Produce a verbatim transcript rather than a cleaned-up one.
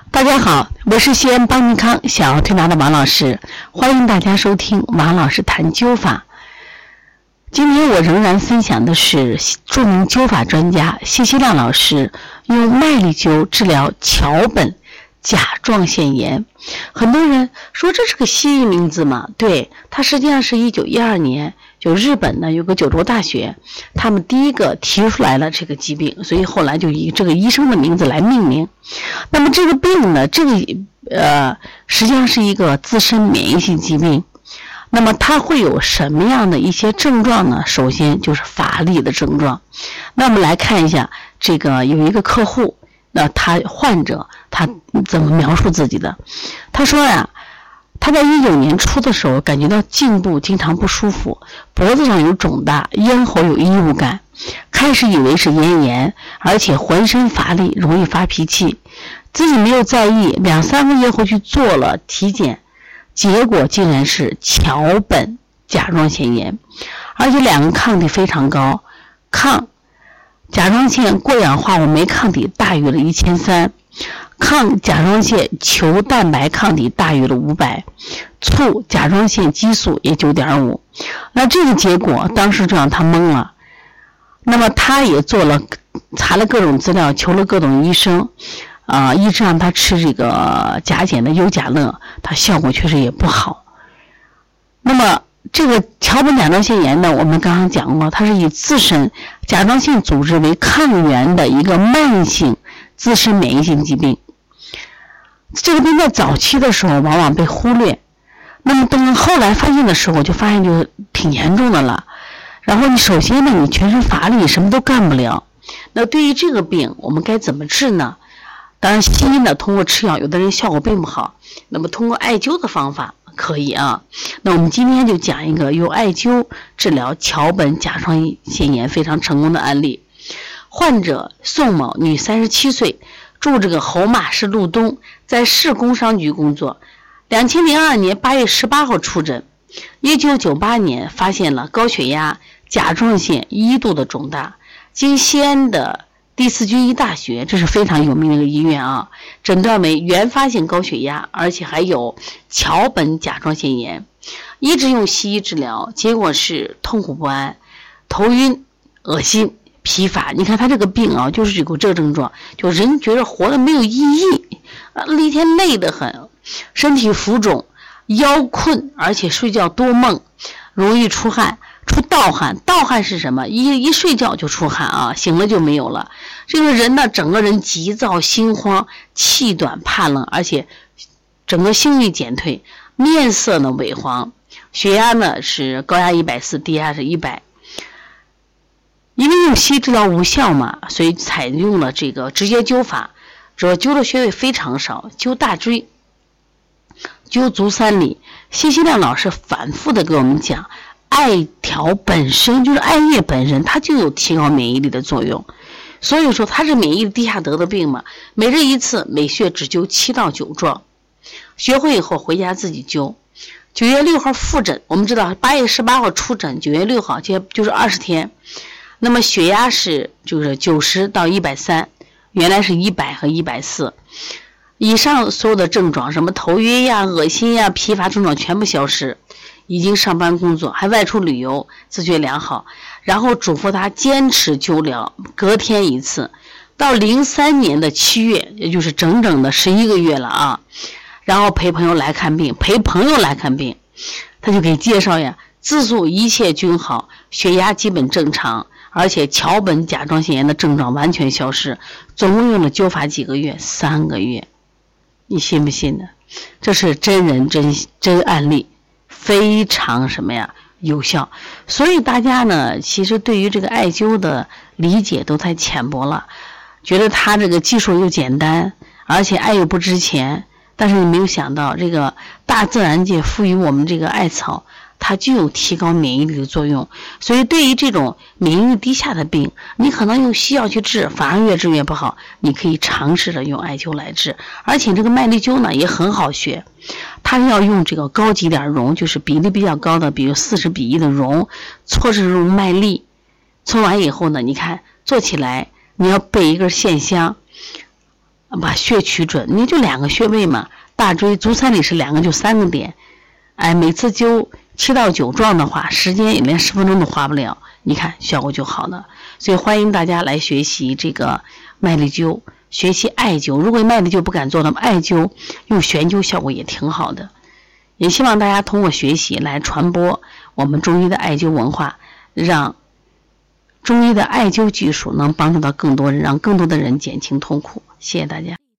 大家好，我是西安邦尼康小儿推拿的王老师，欢迎大家收听王老师谈灸法。今天我仍然分享的是著名灸法专家谢希亮老师用麦粒灸治疗桥本甲状腺炎。很多人说这是个西医名字嘛？对，它实际上是一九一二年就日本呢有个九州大学，他们第一个提出来了这个疾病，所以后来就以这个医生的名字来命名。那么这个病呢，这个呃实际上是一个自身免疫性疾病。那么它会有什么样的一些症状呢？首先就是乏力的症状。那我们来看一下，这个有一个客户，那他患者他怎么描述自己的？他说呀，他在一九年初的时候感觉到颈部经常不舒服，脖子上有肿大，咽喉有异物感，开始以为是咽炎，而且浑身乏力，容易发脾气，自己没有在意，两三个月后去做了体检，结果竟然是桥本甲状腺炎，而且两个抗体非常高，抗甲状腺过氧化物酶抗体大于了一千三百，抗甲状腺球蛋白抗体大于了五百，促甲状腺激素也 九点五。 那这个结果当时就让他懵了。那么他也做了查了各种资料，求了各种医生啊、呃，一直让他吃这个甲减的优甲乐，他效果确实也不好。那么这个桥本甲状腺炎呢，我们刚刚讲过，它是以自身甲状腺组织为抗原的一个慢性自身免疫性疾病。这个病在早期的时候往往被忽略，那么等后来发现的时候就发现就挺严重的了。然后你首先呢，你全身乏力，什么都干不了。那对于这个病我们该怎么治呢？当然西医呢通过吃药，有的人效果并不好，那么通过艾灸的方法可以啊。那我们今天就讲一个用艾灸治疗桥本甲状腺炎非常成功的案例。患者宋某，女，三十七岁，住这个侯马市路东，在市工商局工作。二零零二年八月十八号出诊。一九九八年发现了高血压、甲状腺一度的肿大，经西安的第四军医大学，这是非常有名的一个医院啊，诊断为原发性高血压，而且还有桥本甲状腺炎。一直用西医治疗，结果是痛苦不安、头晕、恶心、疲乏。你看他这个病啊，就是有这个症状，就人觉得活得没有意义，啊，一天累得很，身体浮肿，腰困，而且睡觉多梦，容易出汗，出盗汗。盗汗是什么？一一睡觉就出汗啊，醒了就没有了。这个人呢，整个人急躁、心慌、气短、怕冷，而且整个性欲减退，面色呢萎黄，血压呢是高压一百四十，低压是一百。因为用西医治疗无效嘛，所以采用了这个直接灸法，主要灸的穴位非常少，灸大椎，灸足三里。谢希亮老师反复的给我们讲，艾条本身就是艾叶本身，它就有提高免疫力的作用。所以说它是免疫力低下得的病嘛，每日一次，每穴只灸七到九壮。学会以后回家自己灸。九月六号复诊，我们知道八月十八号出诊，九月六号就就是二十天。那么血压是就是九十到一百三，原来是一百和一百四。以上所有的症状，什么头晕呀、恶心呀、疲乏症状全部消失，已经上班工作，还外出旅游，自觉良好。然后嘱咐他坚持灸疗，隔天一次。到零三年的七月，也就是整整的十一个月了啊。然后陪朋友来看病，陪朋友来看病，他就给介绍呀，自诉一切均好，血压基本正常，而且桥本甲状腺炎的症状完全消失。总共用了灸法几个月？三个月。你信不信呢？这是真人真真案例，非常什么呀有效。所以大家呢，其实对于这个艾灸的理解都太浅薄了，觉得它这个技术又简单，而且艾又不值钱。但是你没有想到，这个大自然界赋予我们这个艾草，它具有提高免疫力的作用。所以对于这种免疫力低下的病，你可能用西药去治，反而越治越不好。你可以尝试着用艾灸来治，而且这个麦粒灸呢也很好学。它是要用这个高级点绒，就是比例比较高的，比如四十比一的绒，搓成绒麦粒。搓完以后呢，你看做起来，你要备一根线香。 把穴取准，你就两个穴位嘛，大椎、足三里是两个就三个点，哎，每次灸七到九壮的话，时间也连十分钟都花不了，你看效果就好了。所以欢迎大家来学习这个麦粒灸，学习艾灸。如果麦粒灸不敢做，那么艾灸用悬灸效果也挺好的。也希望大家通过学习来传播我们中医的艾灸文化，让中医的艾灸技术能帮助到更多人，让更多的人减轻痛苦。谢谢大家。